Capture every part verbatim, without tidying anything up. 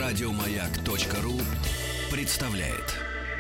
Радиомаяк.ру представляет.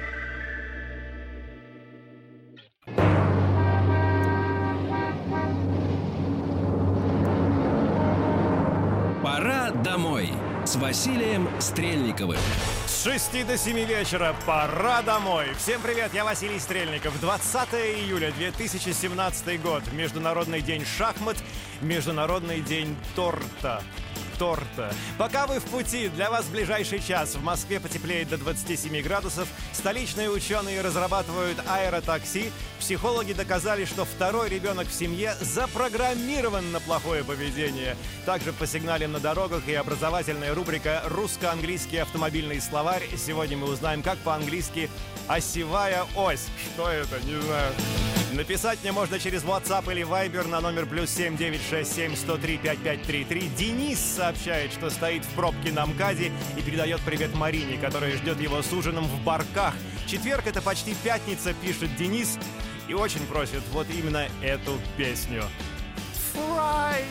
Пора домой с Василием Стрельниковым. С шести до семи вечера пора домой. Всем привет, я Василий Стрельников. двадцатое июля две тысячи семнадцатый год. Международный день шахмат, Международный день торта. торта. Пока вы в пути, для вас в ближайший час в Москве потеплеет до двадцати семи градусов. Столичные ученые разрабатывают аэротакси. Психологи доказали, что второй ребенок в семье запрограммирован на плохое поведение. Также посигналим на дорогах и образовательная рубрика «Русско-английский автомобильный словарь». Сегодня мы узнаем, как по-английски «осевая ось». Что это? Не знаю. Написать мне можно через WhatsApp или Viber на номер плюс семь девять шесть семь сто три пять пять три три. Денис сообщает, что стоит в пробке на МКАДе и передает привет Марине, которая ждет его с ужином в Барках. Четверг — это почти пятница, пишет Денис, и очень просит вот именно эту песню. Friday!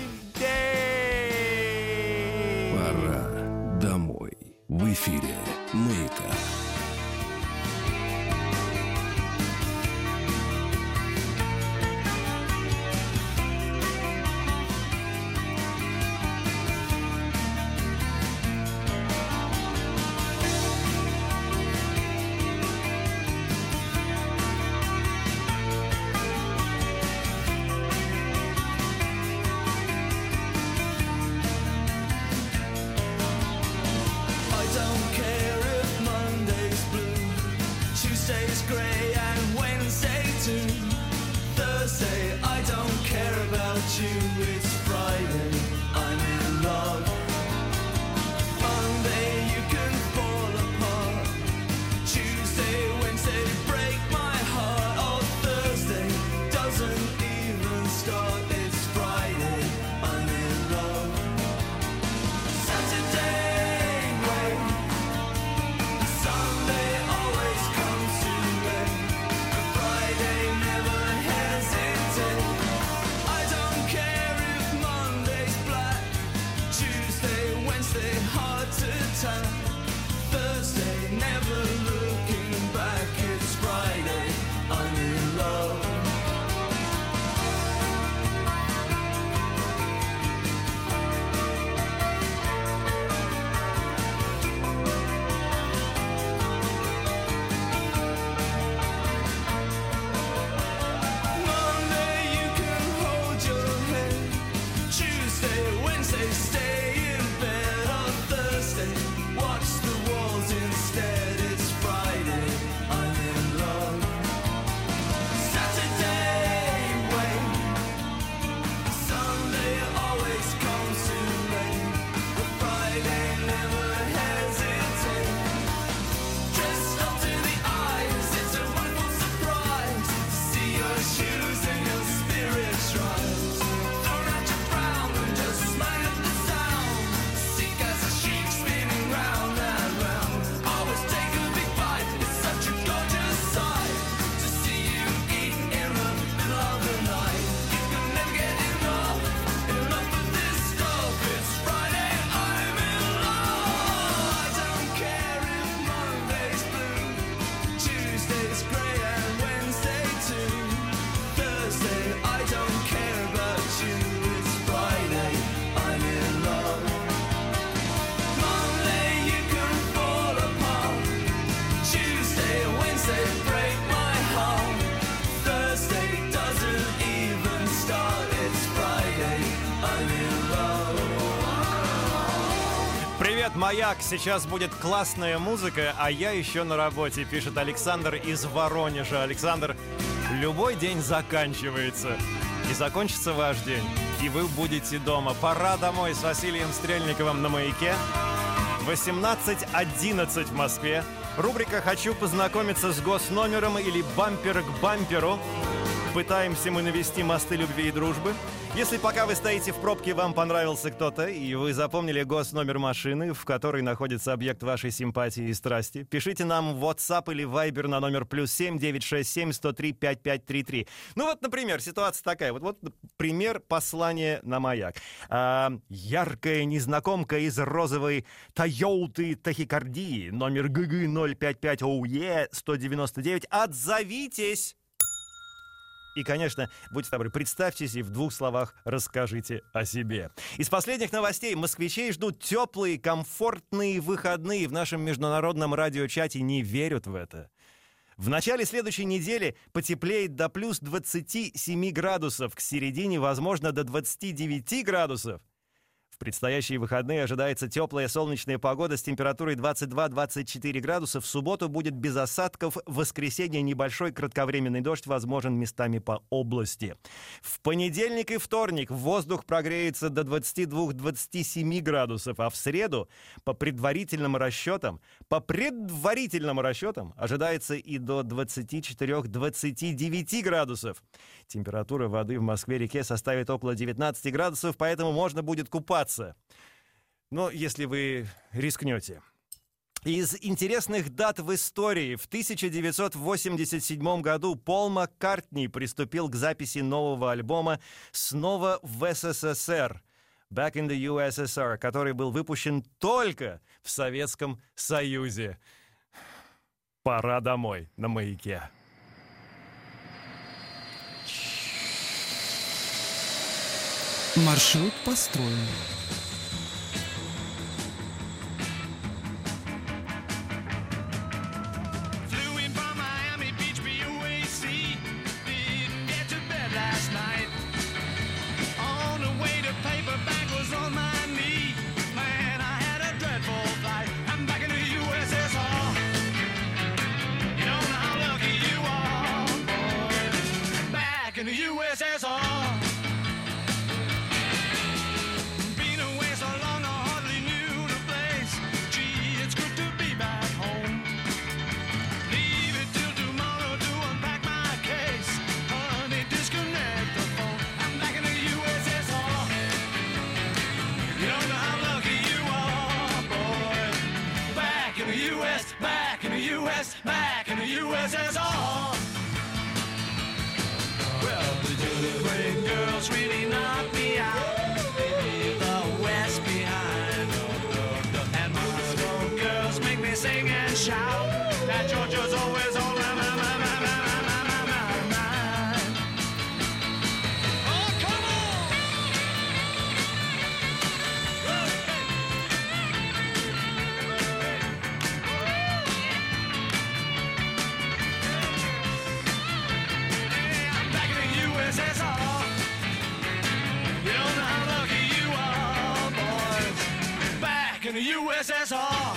Пора домой. В эфире Маяка. Маяк, сейчас будет классная музыка, а я еще на работе, пишет Александр из Воронежа. Александр, любой день заканчивается. И закончится ваш день, и вы будете дома. Пора домой с Василием Стрельниковым на Маяке. восемнадцать одиннадцать в Москве. Рубрика «Хочу познакомиться с госномером» или «Бампер к бамперу». Пытаемся мы навести мосты любви и дружбы. Если пока вы стоите в пробке, вам понравился кто-то, и вы запомнили госномер машины, в которой находится объект вашей симпатии и страсти, пишите нам в WhatsApp или Viber на номер плюс семь девятьсот шестьдесят семь сто три пятьдесят пять тридцать три. Ну вот, например, ситуация такая. Вот, вот пример послания на маяк. А, яркая незнакомка из розовой Тойоты тахикардии, номер гэ гэ ноль пять пять о е сто девяносто девять. Отзовитесь! И, конечно, будьте добры, представьтесь и в двух словах расскажите о себе. Из последних новостей москвичей ждут теплые, комфортные выходные. В нашем международном радиочате не верят в это. В начале следующей недели потеплеет до плюс двадцати семи градусов. К середине, возможно, до двадцати девяти градусов. В предстоящие выходные ожидается теплая солнечная погода с температурой двадцать два - двадцать четыре градуса. В субботу будет без осадков. В воскресенье небольшой кратковременный дождь возможен местами по области. В понедельник и вторник воздух прогреется до двадцати двух - двадцати семи градусов. А в среду, по предварительным расчетам, по предварительным расчетам ожидается и до двадцати четырёх - двадцати девяти градусов. Температура воды в Москве-реке составит около девятнадцати градусов, поэтому можно будет купаться. Но если вы рискнете. Из интересных дат в истории. В тысяча девятьсот восемьдесят седьмом году Пол Маккартни приступил к записи нового альбома снова в эс эс эс эр. Back in the ю эс эс ар, который был выпущен только в Советском Союзе. Пора домой на маяке. Маршрут построен. Back in the ю эс эс ар. Well, the great girls really knock me out. Leave the West behind. And Moscow girls make me sing and shout. That Georgia's always on my, my, my, my, my, my, my, my mind. Oh, come on! In the ю эс эс ар.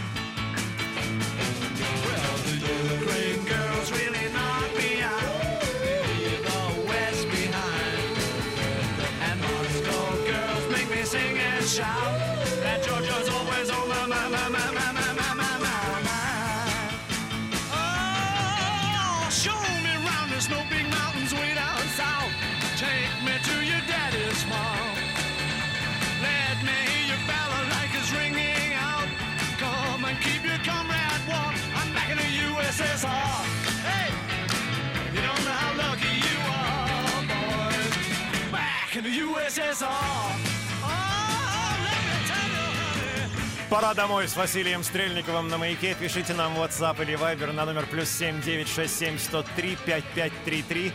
Well, the Ukraine girls really knock me out. Leave the West behind. And Moscow girls make me sing and shout. That Georgia's always on my, my, my, my, my, my, my, my, my mind. Oh, show me round, there's no big mountains way down south. Take me to your daddy's farm. Let me hear your balalaika's ringing out. Come and keep your comrade warm. I'm back in the ю эс эс ар. Hey, you don't know how lucky you are, boys. Back in the ю эс эс ар. Oh, let me tell you, honey. Пора домой с Василием Стрельниковым на маяке. Пишите нам в WhatsApp или Viber на номер плюс семь девятьсот шестьдесят семь сто три пятьдесят пять тридцать три.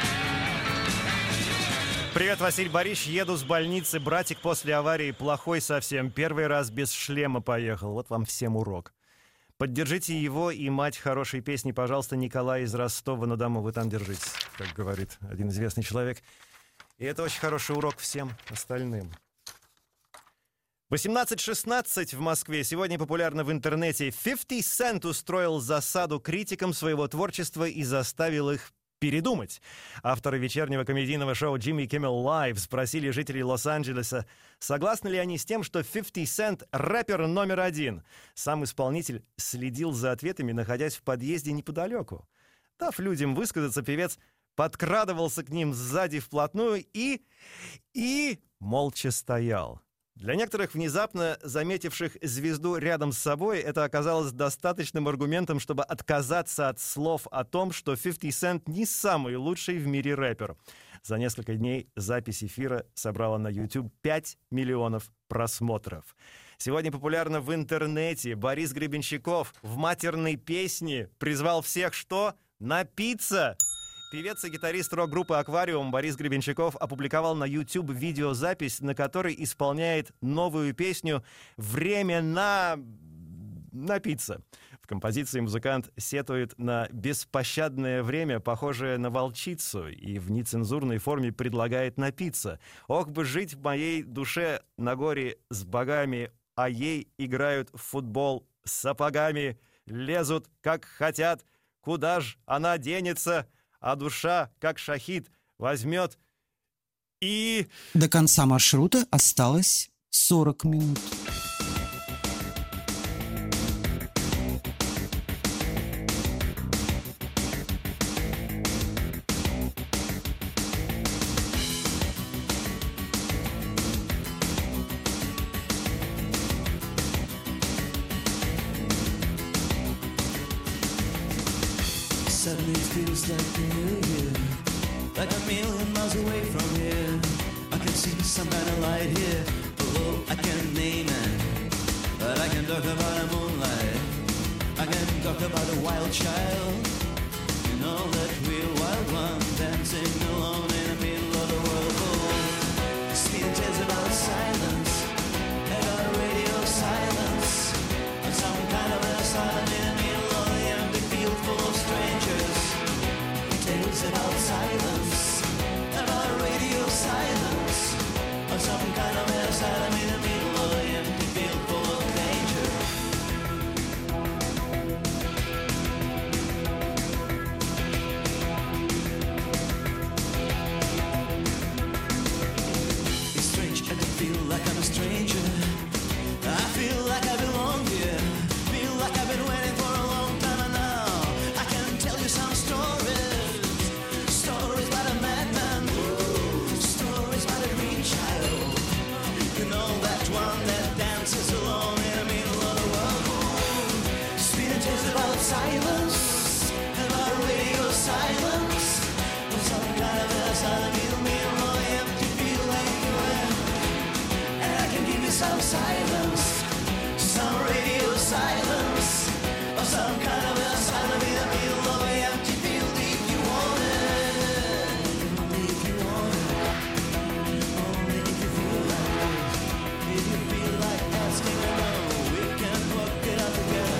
Привет, Василий Борисович. Еду с больницы. Братик после аварии плохой совсем. Первый раз без шлема поехал. Вот вам всем урок. Поддержите его и мать хорошей песни, пожалуйста, Николай из Ростова-на-Дону. Вы там держитесь, как говорит один известный человек. И это очень хороший урок всем остальным. восемнадцать шестнадцать в Москве. Сегодня популярно в интернете. фифти Cent устроил засаду критикам своего творчества и заставил их передумать. Авторы вечернего комедийного шоу Jimmy Kimmel Live спросили жителей Лос-Анджелеса, согласны ли они с тем, что фифти Cent — рэпер номер один. Сам исполнитель следил за ответами, находясь в подъезде неподалеку. Дав людям высказаться, певец подкрадывался к ним сзади вплотную и... и молча стоял. Для некоторых, внезапно заметивших звезду рядом с собой, это оказалось достаточным аргументом, чтобы отказаться от слов о том, что фифти Cent не самый лучший в мире рэпер. За несколько дней запись эфира собрала на YouTube пять миллионов просмотров. Сегодня популярно в интернете. Борис Гребенщиков в матерной песне призвал всех что? Напиться! Певец и гитарист рок-группы «Аквариум» Борис Гребенщиков опубликовал на YouTube видеозапись, на которой исполняет новую песню «Время на... напиться». В композиции музыкант сетует на беспощадное время, похожее на волчицу, и в нецензурной форме предлагает напиться. «Ох бы жить в моей душе на горе с богами, а ей играют в футбол с сапогами, лезут как хотят, куда ж она денется?» А душа, как шахид, возьмет и... До конца маршрута осталось сорок минут. Suddenly it feels like the new year, like a million miles away from here. I can see some kind of light here, although I can't name it. But I can talk about the moonlight, I can talk about a wild child. You know that real wild one, dancing alone in the middle of the world. Oh, speeding tales about silence, about radio silence, or some kind of a silence in the middle of the empty field full of strangers. Tales about silence, about radio silence, or some kind of asylum in the middle of the empty field full of danger. It's strange, I don't feel like I'm a stranger. I feel like I belong here, feel like I've been waiting for a long time, and now I can tell you some stories. Stories about a madman, stories about a green child. You know that one that dances alone in the middle of the world. Speeding tales about silence, about radio silence, or some kind of a silent in the middle of the empty field anywhere. And I can give you some silence, some radio silence, or some kind of a silent in the middle of the empty field if you want it. Only if you want it. Only if you feel like it. If you feel like asking or no, we can work it out together.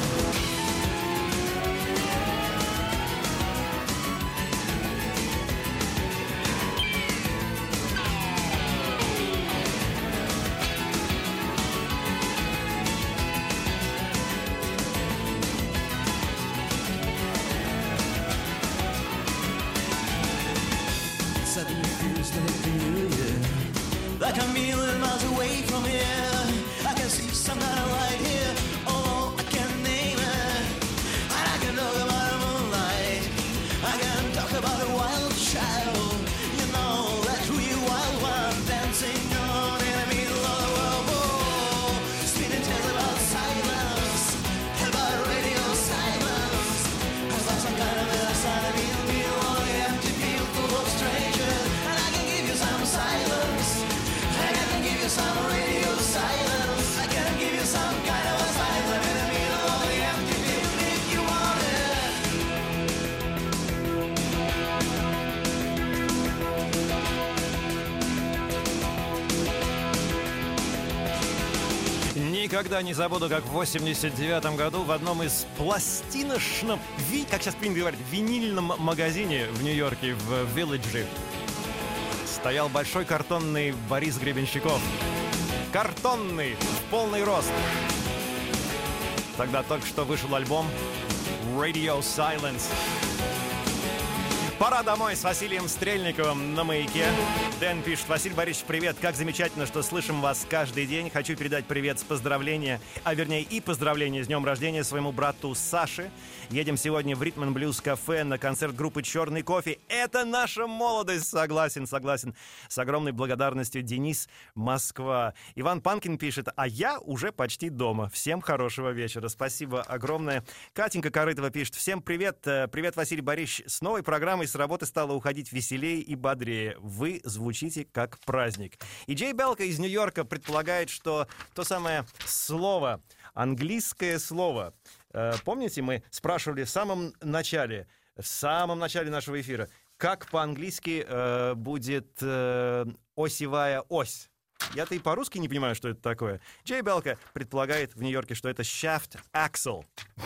Suddenly feels like the new year, like a million miles away from here. I can see some kind of light here, oh, I can't name it. And I can talk about the moonlight, I can talk about a wild child. You know that real wild one, dancing alone in the middle of the world. Oh, spinning tales about silence, about radio silence, about some kind of a silent in the middle of the empty field full of strangers. And I can give you some silence, I can give you some radio silence, I can give you some kind of a silence in the middle of the empty field if you want it. Никогда не забуду, как в восемьдесят девятом году в одном из пластиночном, ви, как сейчас принято говорить, винильном магазине в Нью-Йорке, в Вилледжи, стоял большой картонный Борис Гребенщиков. Картонный, в полный рост. Тогда только что вышел альбом Radio Silence. Пора домой с Василием Стрельниковым на «Маяке». Дэн пишет: Василий Борисович, привет. Как замечательно, что слышим вас каждый день. Хочу передать привет с поздравления, а вернее и поздравления с днем рождения своему брату Саше. Едем сегодня в Ритм энд Блюз кафе на концерт группы «Черный кофе». Это наша молодость. Согласен, согласен. С огромной благодарностью, Денис, Москва. Иван Панкин пишет: а я уже почти дома. Всем хорошего вечера. Спасибо огромное. Катенька Корытова пишет: всем привет. Привет, Василий Борисович. С новой программой с работы стало уходить веселее и бодрее. Вы звучите как праздник. И Джей Белка из Нью-Йорка предполагает, что то самое слово, английское слово, э, помните, мы спрашивали в самом начале, в самом начале нашего эфира, как по-английски э, будет э, осевая ось. Я-то и по-русски не понимаю, что это такое. Джей Белка предполагает в Нью-Йорке, что это shaft axle.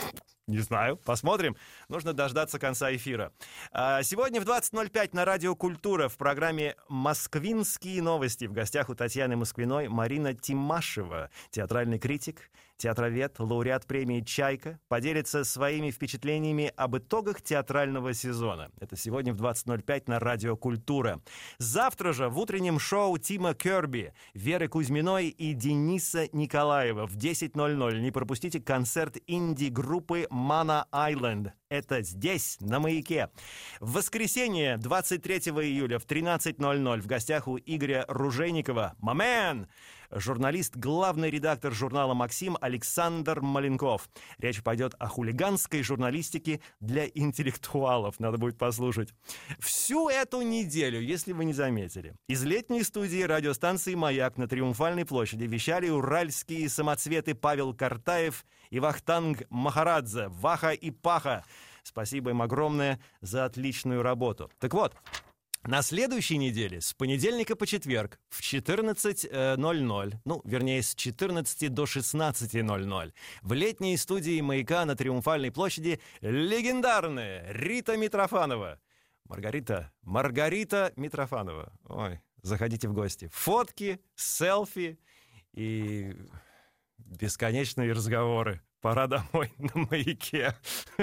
Не знаю, посмотрим. Нужно дождаться конца эфира. Сегодня в двадцать ноль пять на Радио Культура в программе «Москвинские новости». В гостях у Татьяны Москвиной Марина Тимашева, театральный критик, театровед, лауреат премии «Чайка», поделится своими впечатлениями об итогах театрального сезона. Это сегодня в двадцать ноль пять на Радио Культура. Завтра же в утреннем шоу Тима Керби, Веры Кузьминой и Дениса Николаева в десять ноль ноль. Не пропустите концерт инди-группы Mana Island. Это здесь, на «Маяке». В воскресенье, двадцать третьего июля в тринадцать ноль ноль в гостях у Игоря Ружейникова «Мамен», журналист, главный редактор журнала «Максим» Александр Маленков. Речь пойдет о хулиганской журналистике для интеллектуалов. Надо будет послушать. Всю эту неделю, если вы не заметили, из летней студии радиостанции «Маяк» на Триумфальной площади вещали уральские самоцветы Павел Картаев и Вахтанг Махарадзе, Ваха и Паха. Спасибо им огромное за отличную работу. Так вот, на следующей неделе, с понедельника по четверг, в четырнадцать ноль ноль, ну, вернее, с четырнадцати до шестнадцати ноль ноль, в летней студии «Маяка» на Триумфальной площади легендарная Рита Митрофанова. Маргарита, Маргарита Митрофанова. Ой, заходите в гости. Фотки, селфи и бесконечные разговоры. Пора домой на «Маяке».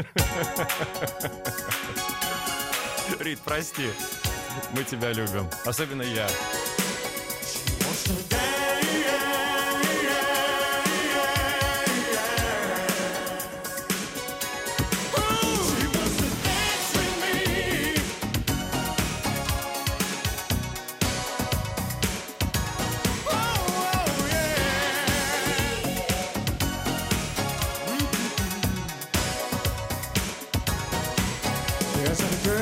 Рит, прости. Мы тебя любим. Особенно я.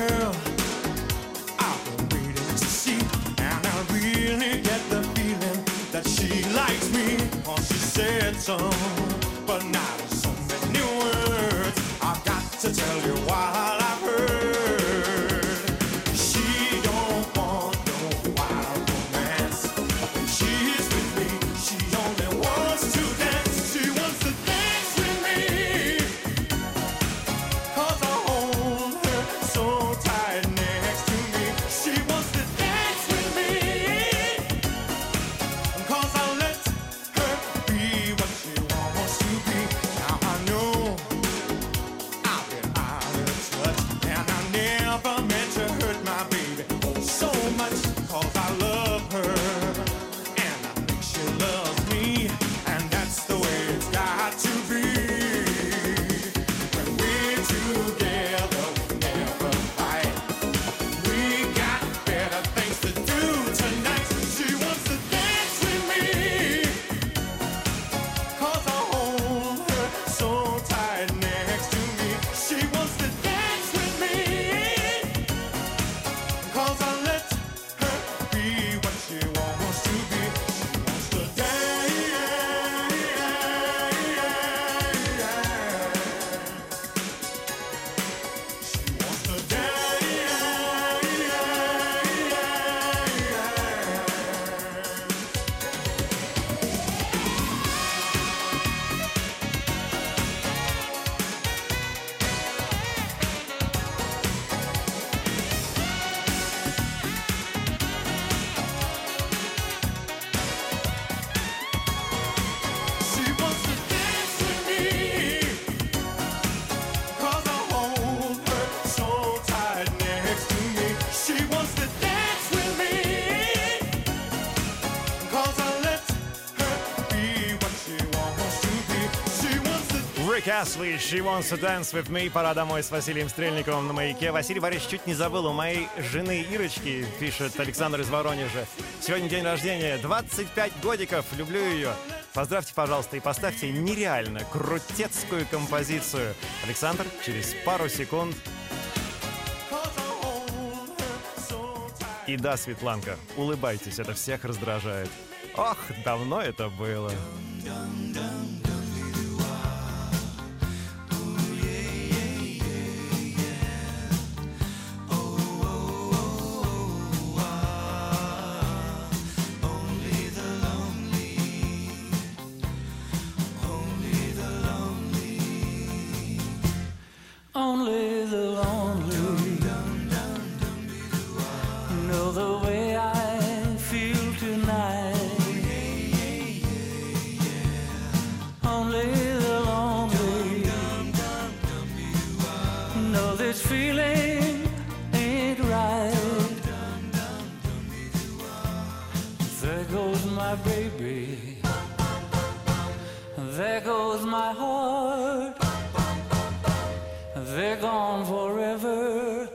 Get the feeling Castley, She Wants to Dance with Me. Пора домой с Василием Стрельниковым на Маяке. Василий Борисович, чуть не забыл, у моей жены Ирочки, пишет Александр из Воронежа, сегодня день рождения, двадцать пять годиков, люблю ее. Поздравьте, пожалуйста, и поставьте нереально крутецкую композицию. Александр, через пару секунд. И да, Светланка, улыбайтесь, это всех раздражает. Ох, давно это было. Only the lonely know the way I feel tonight. Only the lonely know this feeling ain't right. There goes my baby, there goes my heart. They're gone forever,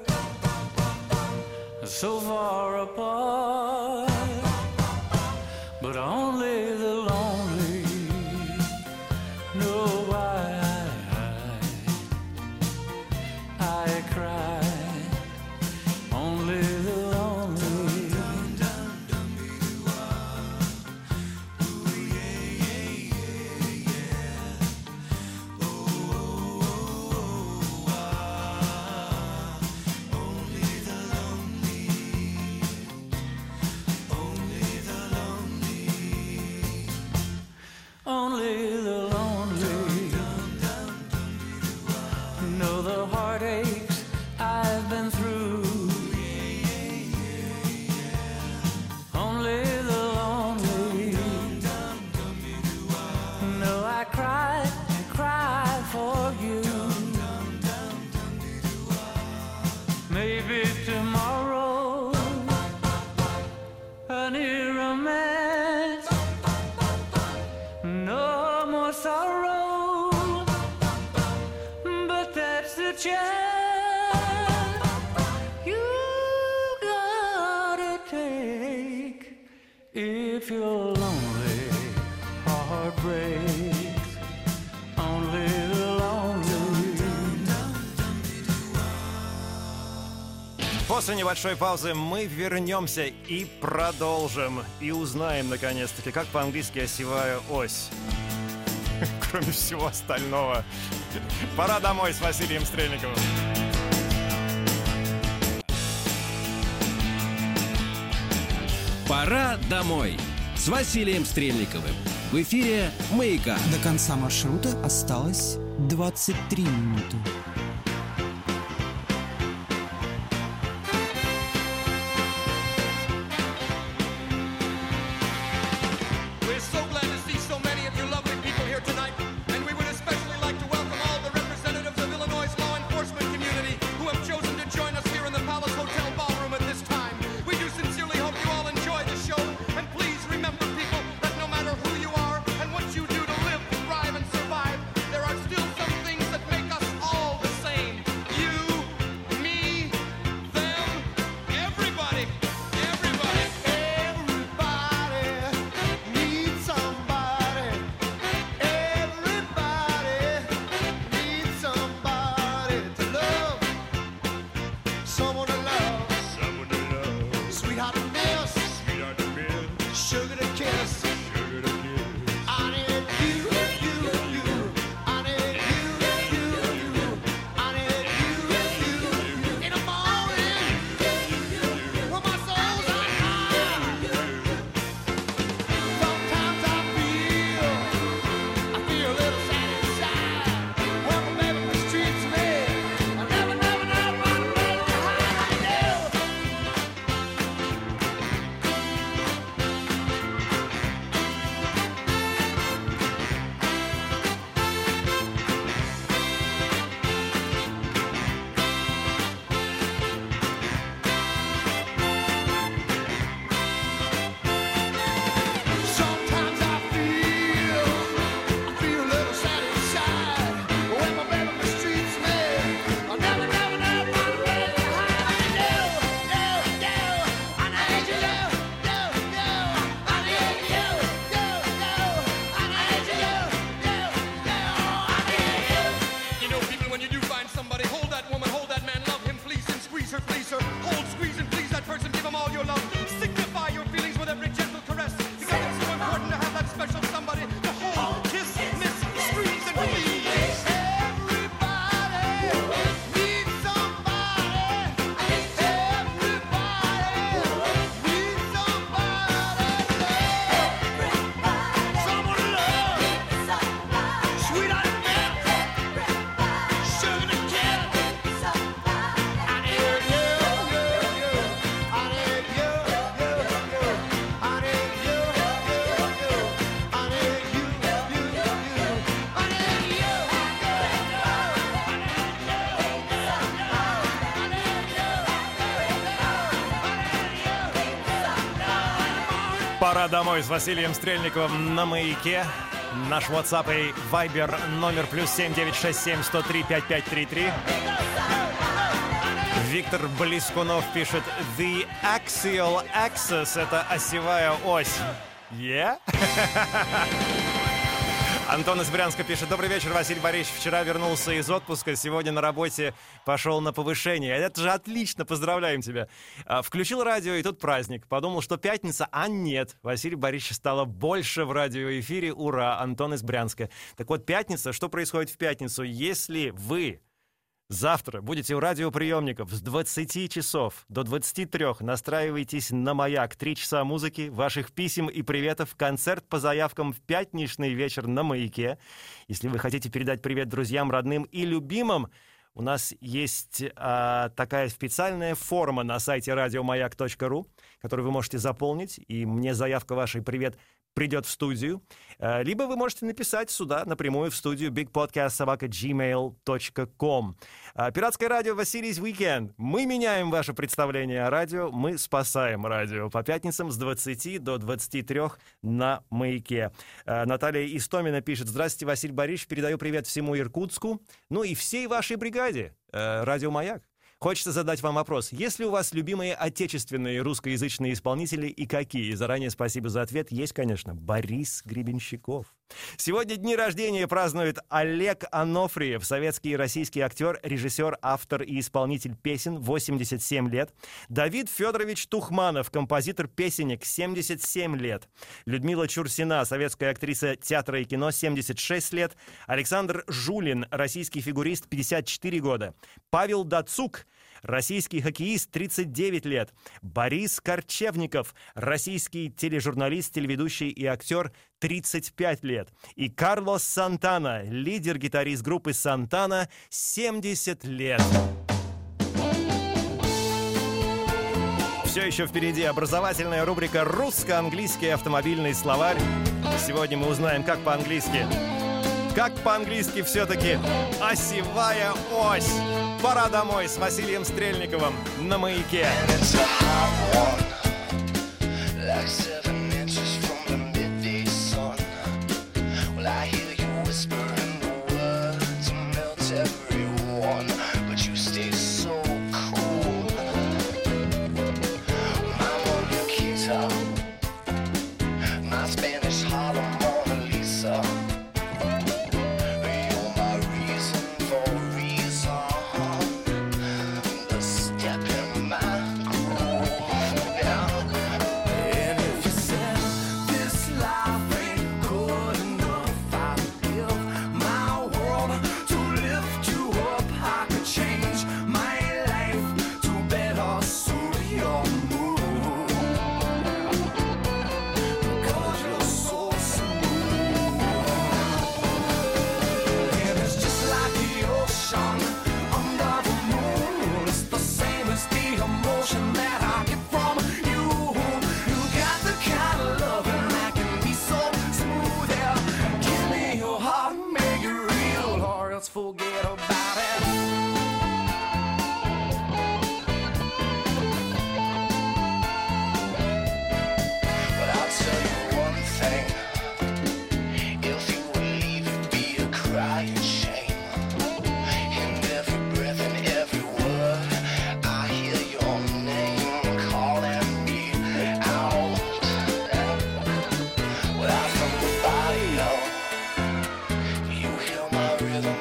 so far apart. But only the lonely know why I, I cry. Only the lonely. Only the lonely know the heartaches I've been through. Only the lonely know I cried and cried for you. Maybe tomorrow a new romance. No more sorrow, but that's the chance you gotta take if you're lonely. Heart breaks, only the lonely. После небольшой паузы мы вернемся и продолжим. И узнаем, наконец-таки, как по-английски осевая ось. Кроме всего остального. Пора домой с Василием Стрельниковым. Пора домой с Василием Стрельниковым. В эфире «Маяка». До конца маршрута осталось двадцать три минуты. We're so glad to see so many of you lovely people here tonight, and we would especially like to welcome all the representatives of Illinois' law enforcement community who have chosen to join us here in the Palace Hotel Ballroom at this time. We do sincerely hope you all enjoy the show, and please remember, people, that no matter who you are and what you do to live, thrive, and survive, there are still some things that make us all the Пора домой с Василием Стрельниковым на Маяке. Наш WhatsApp и Viber номер плюс семь девять шесть семь сто три пять пять три три. Виктор Блескунов пишет: The axial axis — это осевая ось. Yeah? Антон из Брянска пишет: добрый вечер, Василий Борисович. Вчера вернулся из отпуска, сегодня на работе пошел на повышение. Это же отлично, поздравляем тебя. Включил радио, и тут праздник. Подумал, что пятница, а нет. Василий Борисович стало больше в радиоэфире. Ура! Антон из Брянска. Так вот, пятница. Что происходит в пятницу? Если вы завтра будете у радиоприемников с двадцати часов до двадцати трёх, настраивайтесь на Маяк. Три часа музыки, ваших писем и приветов, концерт по заявкам в пятничный вечер на Маяке. Если вы хотите передать привет друзьям, родным и любимым, у нас есть а, такая специальная форма на сайте радиомаяк точка ру, которую вы можете заполнить, и мне заявка вашей «Привет» придет в студию. Либо вы можете написать сюда напрямую в студию биг подкаст собака джи мейл точка ком. Пиратское радио «Василий's Weekend». Мы меняем ваше представление о радио, мы спасаем радио. По пятницам с двадцати до двадцати трёх на Маяке. Наталья Истомина пишет: здравствуйте, Василий Борисович, передаю привет всему Иркутску, ну и всей вашей бригаде. Радио «Маяк». Хочется задать вам вопрос. Есть ли у вас любимые отечественные русскоязычные исполнители и какие? Заранее спасибо за ответ. Есть, конечно, Борис Гребенщиков. Сегодня дни рождения празднует Олег Анофриев, советский и российский актер, режиссер, автор и исполнитель песен, восемьдесят семь лет. Давид Федорович Тухманов, композитор-песенник, семьдесят семь лет. Людмила Чурсина, советская актриса театра и кино, семьдесят шесть лет. Александр Жулин, российский фигурист, пятьдесят четыре года. Павел Дацук, российский хоккеист, тридцать девять лет. Борис Корчевников, российский тележурналист, телеведущий и актер, тридцать пять лет. И Карлос Сантана, лидер-гитарист группы Сантана, семьдесят лет. Все еще впереди образовательная рубрика «Русско-английский автомобильный словарь». Сегодня мы узнаем, как по-английски. Как по-английски все-таки осевая ось. Пора домой с Василием Стрельниковым на Маяке. Forget about it. But I'll tell you one thing: if you would leave, it'd be a crying shame. In every breath and every word, I hear your name calling me out. Without from the body, oh, you hear my rhythm.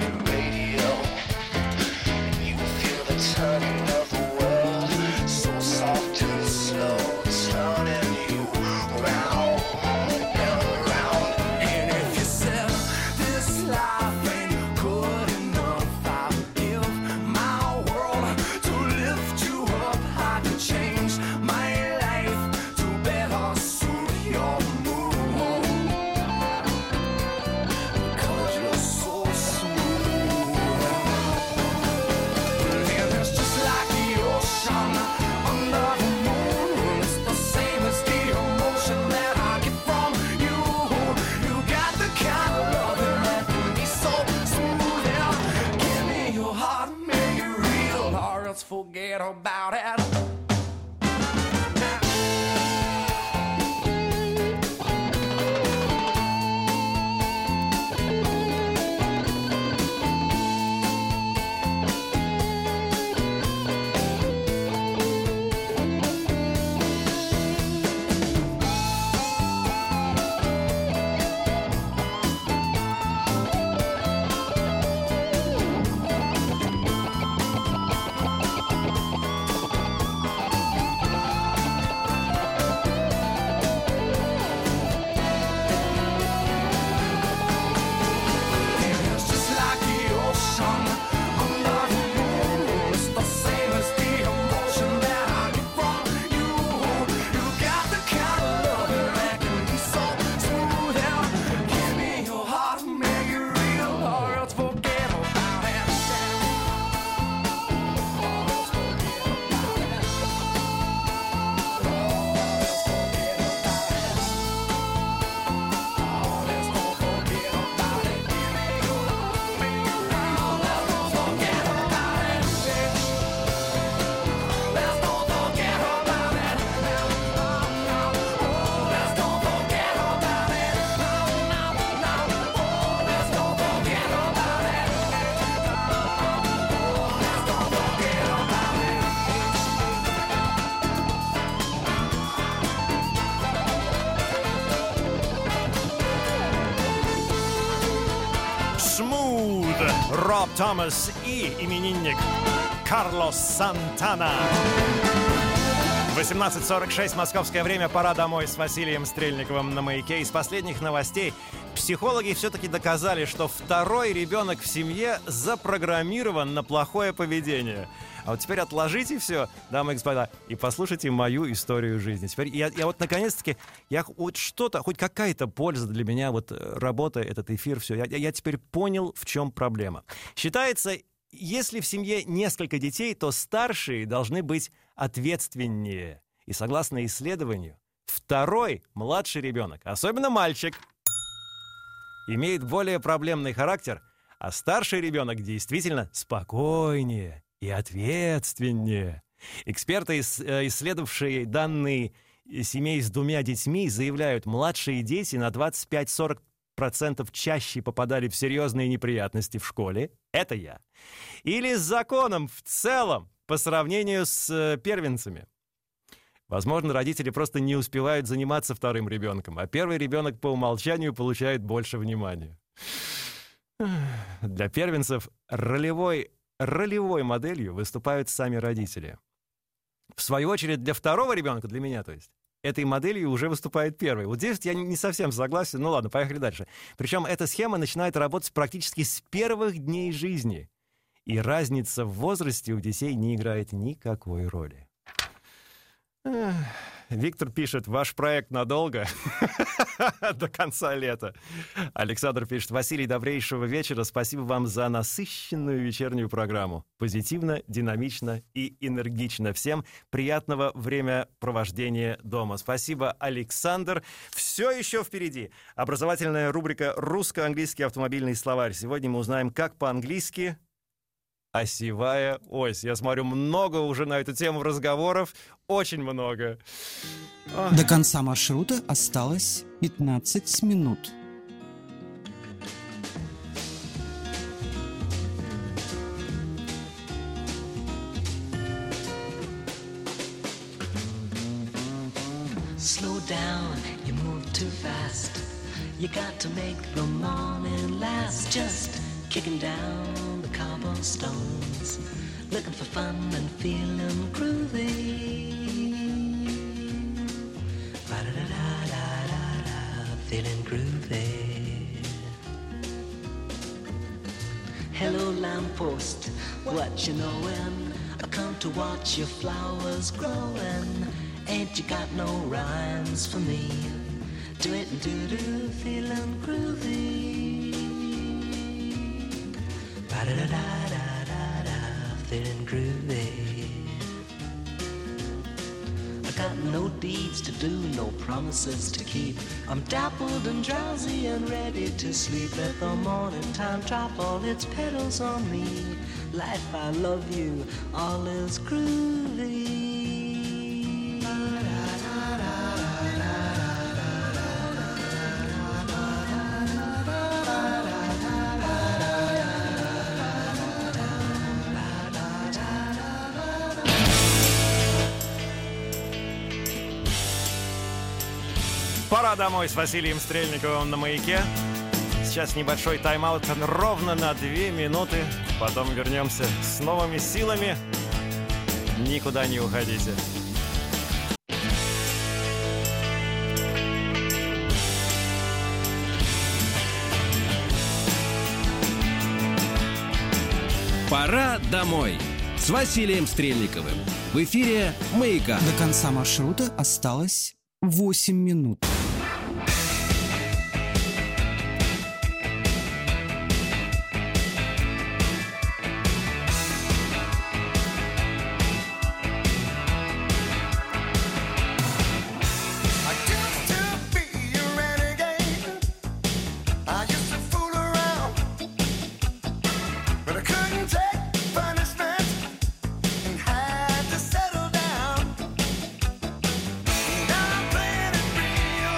Turning of the world, so soft and slow, turning you round and round. And if you said this life ain't good enough, I would give my world to lift you up. I could change my life to better suit your mood, because you're so smooth. Forget about it. Smooth, Роб Томас и именинник Карлос Сантана. восемнадцать сорок шесть московское время. Пора домой с Василием Стрельниковым на «Маяке». Из последних новостей психологи все-таки доказали, что второй ребенок в семье запрограммирован на плохое поведение. А вот теперь отложите все, дамы и господа, и послушайте мою историю жизни. Теперь я, я вот наконец-таки, я вот что-то, хоть какая-то польза для меня, вот работа, этот эфир, все. Я, я теперь понял, в чем проблема. Считается, если в семье несколько детей, то старшие должны быть ответственнее. И согласно исследованию, второй младший ребенок, особенно мальчик, имеет более проблемный характер, а старший ребенок действительно спокойнее и ответственнее. Эксперты, исследовавшие данные семей с двумя детьми, заявляют, младшие дети на двадцать пять - сорок процентов чаще попадали в серьезные неприятности в школе. Это я. Или с законом в целом по сравнению с первенцами. Возможно, родители просто не успевают заниматься вторым ребенком, а первый ребенок по умолчанию получает больше внимания. Для первенцев ролевой, ролевой моделью выступают сами родители. В свою очередь, для второго ребенка, для меня, то есть, этой моделью уже выступает первый. Вот здесь я не совсем согласен. Ну ладно, поехали дальше. Причем эта схема начинает работать практически с первых дней жизни. И разница в возрасте у детей не играет никакой роли. Виктор пишет, ваш проект надолго? До конца лета. Александр пишет, Василий, добрейшего вечера. Спасибо вам за насыщенную вечернюю программу. Позитивно, динамично и энергично. Всем приятного времяпровождения дома. Спасибо, Александр. Все еще впереди. Образовательная рубрика «Русско-английский автомобильный словарь». Сегодня мы узнаем, как по-английски осевая ось. Я смотрю, много уже на эту тему разговоров. Очень много. До конца маршрута осталось пятнадцать минут. Slow down, you move too fast. You got to make the morning last. Just kicking down the cobblestones, looking for fun and feeling groovy. Ba-da-da-da-da-da, feeling groovy. Hello lamppost, what you knowin'? I come to watch your flowers growin'. Ain't you got no rhymes for me? Do it and do-do, feeling groovy. Ba-da-da-da-da-da, feeling groovy. I got no deeds to do, no promises to keep. I'm dappled and drowsy and ready to sleep. Let the morning time drop all its petals on me. Life, I love you, all is groovy. Пора домой с Василием Стрельниковым на «Маяке». Сейчас небольшой тайм-аут ровно на две минуты. Потом вернемся с новыми силами. Никуда не уходите. Пора домой с Василием Стрельниковым. В эфире «Маяка». До конца маршрута осталось восемь минут. Now I'm playing it real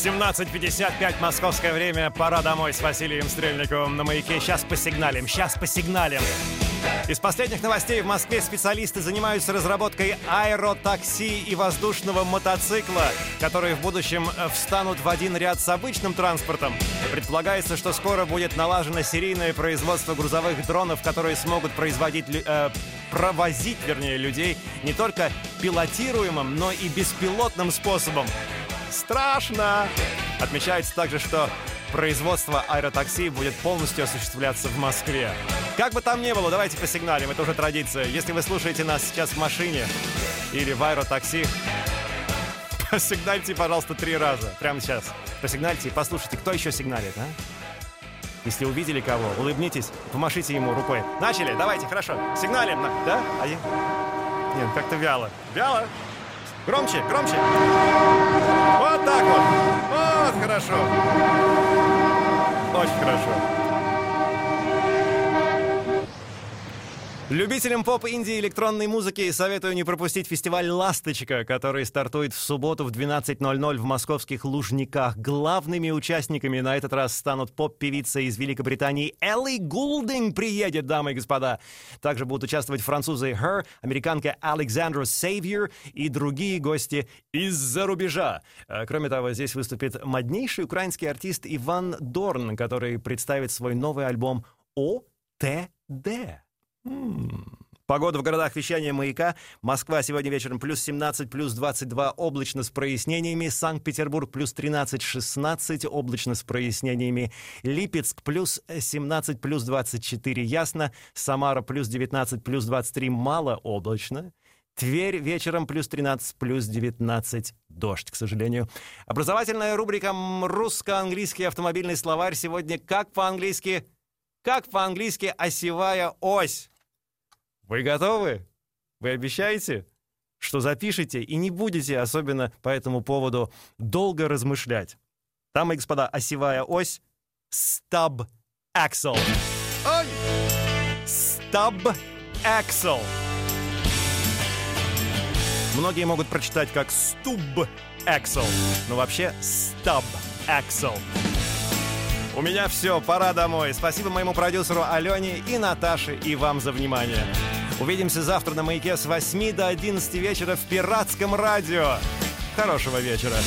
семнадцать пятьдесят пять московское время. Пора домой с Василием Стрельниковым на Маяке. Сейчас посигналим, сейчас посигналим. Из последних новостей: в Москве специалисты занимаются разработкой аэротакси и воздушного мотоцикла, которые в будущем встанут в один ряд с обычным транспортом. Предполагается, что скоро будет налажено серийное производство грузовых дронов, которые смогут производить, э, провозить, вернее, людей не только пилотируемым, но и беспилотным способом. Страшно! Отмечается также, что производство аэротакси будет полностью осуществляться в Москве. Как бы там ни было, давайте посигналим, это уже традиция. Если вы слушаете нас сейчас в машине или в аэротакси, посигнальте, пожалуйста, три раза. Прямо сейчас. Посигнальте и послушайте, кто еще сигналит, а? Если увидели кого, улыбнитесь, помашите ему рукой. Начали? Давайте, хорошо. Сигналим, да? Один. Нет, как-то вяло. Вяло? Громче, громче. Вот так вот. Вот, хорошо. Очень хорошо. Любителям поп, инди, электронной музыки советую не пропустить фестиваль «Ласточка», который стартует в субботу в двенадцать ноль ноль в московских Лужниках. Главными участниками на этот раз станут поп-певица из Великобритании Элли Гулдинг приедет, дамы и господа. Также будут участвовать французы Her, американка Александра Сейвьер и другие гости из-за рубежа. Кроме того, здесь выступит моднейший украинский артист Иван Дорн, который представит свой новый альбом «О Т Д». Погода в городах вещания «Маяка». Москва сегодня вечером плюс семнадцать, плюс двадцать два, облачно с прояснениями. Санкт-Петербург плюс тринадцать, шестнадцать, облачно с прояснениями. Липецк плюс семнадцать, плюс двадцать четыре, ясно. Самара плюс девятнадцать, плюс двадцать три, малооблачно. Тверь вечером плюс тринадцать, плюс девятнадцать, дождь, к сожалению. Образовательная рубрика «Русско-английский автомобильный словарь». Сегодня как по-английски? Как по-английски осевая ось? Вы готовы? Вы обещаете, что запишете и не будете особенно по этому поводу долго размышлять? Дамы и господа, осевая ось — stub axle. Ой! Stub axle. Многие могут прочитать как stub axle, но вообще stub axle. У меня все, пора домой. Спасибо моему продюсеру Алене и Наташе, и вам за внимание. Увидимся завтра на Маяке с восьми до одиннадцати вечера в пиратском радио. Хорошего вечера.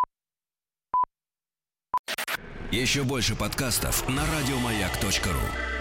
Еще больше подкастов на радиомаяк точка ру.